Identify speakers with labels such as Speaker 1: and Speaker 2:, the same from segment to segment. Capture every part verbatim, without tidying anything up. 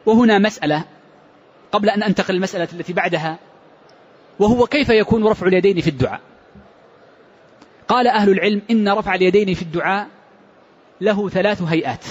Speaker 1: وهنا مسألة قبل أن أنتقل المسألة التي بعدها، وهو كيف يكون رفع اليدين في الدعاء. قال أهل العلم إن رفع اليدين في الدعاء له ثلاث هيئات.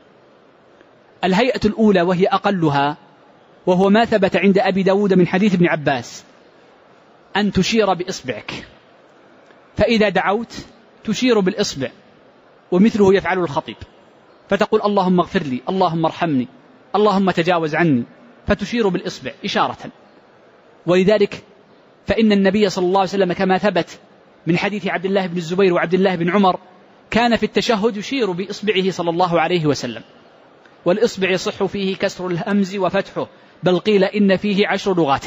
Speaker 1: الهيئة الأولى وهي أقلها، وهو ما ثبت عند أبي داود من حديث ابن عباس، أن تشير بإصبعك، فإذا دعوت تشير بالإصبع، ومثله يفعله الخطيب، فتقول اللهم اغفر لي، اللهم ارحمني، اللهم تجاوز عني، فتشير بالإصبع إشارة. ولذلك فإن النبي صلى الله عليه وسلم كما ثبت من حديث عبد الله بن الزبير وعبد الله بن عمر كان في التشهد يشير بإصبعه صلى الله عليه وسلم، والإصبع يصح فيه كسر الهمز وفتحه، بل قيل إن فيه عشر لغات.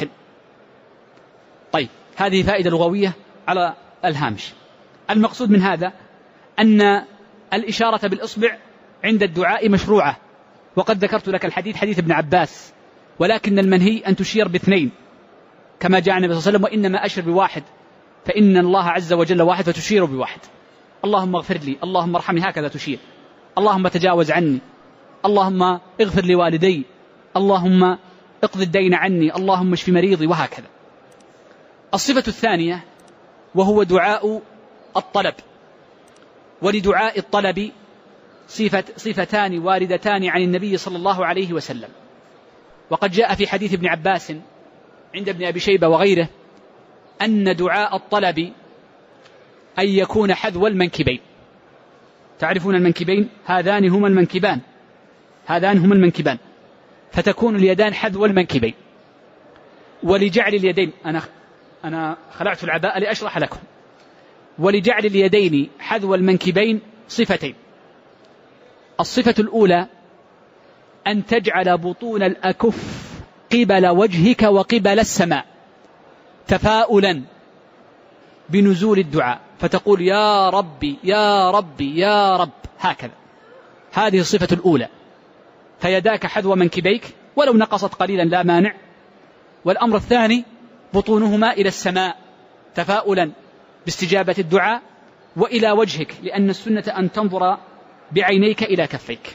Speaker 1: طيب، هذه فائدة لغوية على الهامش. المقصود من هذا أن الإشارة بالإصبع عند الدعاء مشروعة، وقد ذكرت لك الحديث حديث ابن عباس، ولكن المنهي أن تشير باثنين كما جاء النبي صلى الله عليه وسلم، وإنما أشر بواحد، فإن الله عز وجل واحد فتشير بواحد. اللهم اغفر لي، اللهم ارحمني، هكذا تشير. اللهم تجاوز عني، اللهم اغفر لوالدي، اللهم اقض الدين عني، اللهم اشف مريضي، وهكذا. الصفة الثانية وهو دعاء الطلب. ولدعاء الطلب صفة صفتان واردتان عن النبي صلى الله عليه وسلم، وقد جاء في حديث ابن عباس عند ابن أبي شيبة وغيره أن دعاء الطلب أن يكون حذو المنكبين. تعرفون المنكبين؟ هذان هما المنكبان، هذان هما المنكبان، فتكون اليدان حذو المنكبين. ولجعل اليدين، أنا أنا خلعت العباءة لأشرح لكم. ولجعل اليدين حذو المنكبين صفتين. الصفة الأولى أن تجعل بطون الأكف قبل وجهك وقبل السماء تفاؤلا بنزول الدعاء، فتقول يا ربي يا ربي يا رب، هكذا. هذه الصفة الأولى، فيداك حذو منكبيك ولو نقصت قليلا لا مانع. والأمر الثاني بطونهما إلى السماء تفاؤلا باستجابة الدعاء وإلى وجهك، لأن السنة أن تنظر بعينيك إلى كفيك.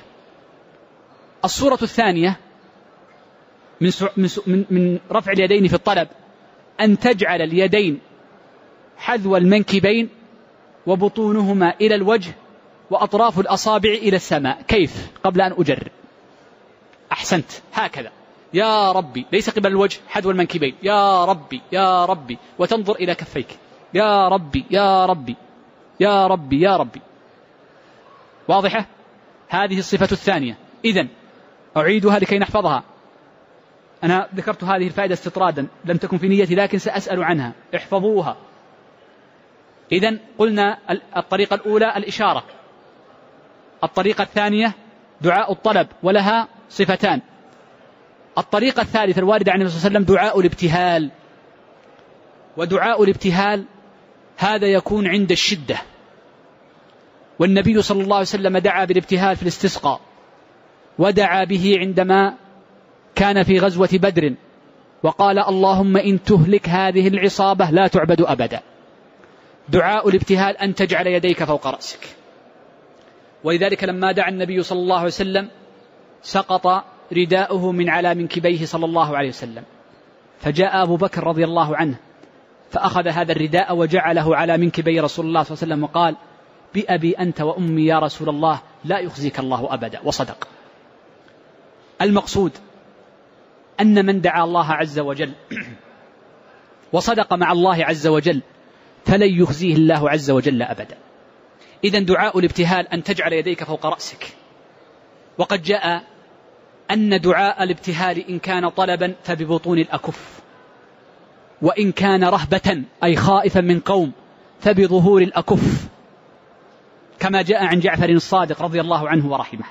Speaker 1: الصورة الثانية من, من, من رفع اليدين في الطلب أن تجعل اليدين حذو المنكبين وبطونهما إلى الوجه وأطراف الأصابع إلى السماء. كيف؟ قبل أن أجرب. أحسنت، هكذا يا ربي، ليس قبل الوجه، حذو المنكبين، يا ربي يا ربي، وتنظر إلى كفيك، يا ربي يا ربي يا ربي يا ربي. واضحة؟ هذه الصفة الثانية. إذن أعيدها لكي نحفظها. أنا ذكرت هذه الفائدة استطرادا، لم تكن في نيتي، لكن سأسأل عنها، احفظوها. إذن قلنا الطريقة الأولى الإشارة، الطريقة الثانية دعاء الطلب ولها صفتان. الطريقة الثالثة الواردة عن النبي صلى الله عليه وسلم دعاء الابتهال. ودعاء الابتهال هذا يكون عند الشدة، والنبي صلى الله عليه وسلم دعا بالابتهال في الاستسقاء، ودعا به عندما كان في غزوة بدر وقال اللهم إن تهلك هذه العصابة لا تعبد أبدا. دعاء الابتهال أن تجعل يديك فوق رأسك. ولذلك لما دعا النبي صلى الله عليه وسلم سقط رداؤه من على منكبيه صلى الله عليه وسلم، فجاء أبو بكر رضي الله عنه فأخذ هذا الرداء وجعله على منكبي رسول الله صلى الله عليه وسلم وقال بأبي أنت وأمي يا رسول الله لا يخزيك الله أبدا، وصدق. المقصود أن من دعا الله عز وجل وصدق مع الله عز وجل فلن يخزيه الله عز وجل أبدا. إذن دعاء الابتهال أن تجعل يديك فوق رأسك. وقد جاء أن دعاء الابتهال إن كان طلبا فببطون الأكف، وإن كان رهبة أي خائفا من قوم فبظهور الأكف، كما جاء عن جعفر الصادق رضي الله عنه ورحمه.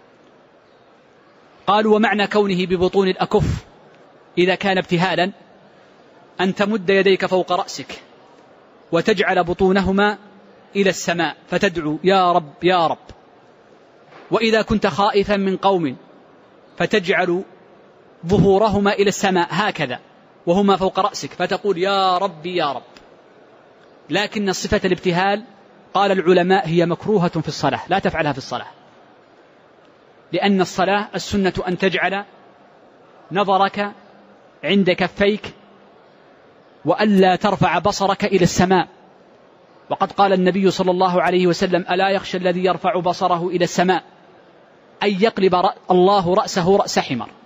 Speaker 1: قالوا ومعنى كونه ببطون الأكف إذا كان ابتهالا أن تمد يديك فوق رأسك وتجعل بطونهما إلى السماء فتدعو يا رب يا رب. وإذا كنت خائفا من قوم فتجعل ظهورهما إلى السماء هكذا وهما فوق رأسك فتقول يا رب يا رب. لكن الصفة الابتهال قال العلماء هي مكروهة في الصلاة، لا تفعلها في الصلاة، لأن الصلاة السنة أن تجعل نظرك عند كفيك وألا ترفع بصرك إلى السماء. وقد قال النبي صلى الله عليه وسلم: ألا يخشى الذي يرفع بصره إلى السماء أن يقلب الله رأسه رأس حمر.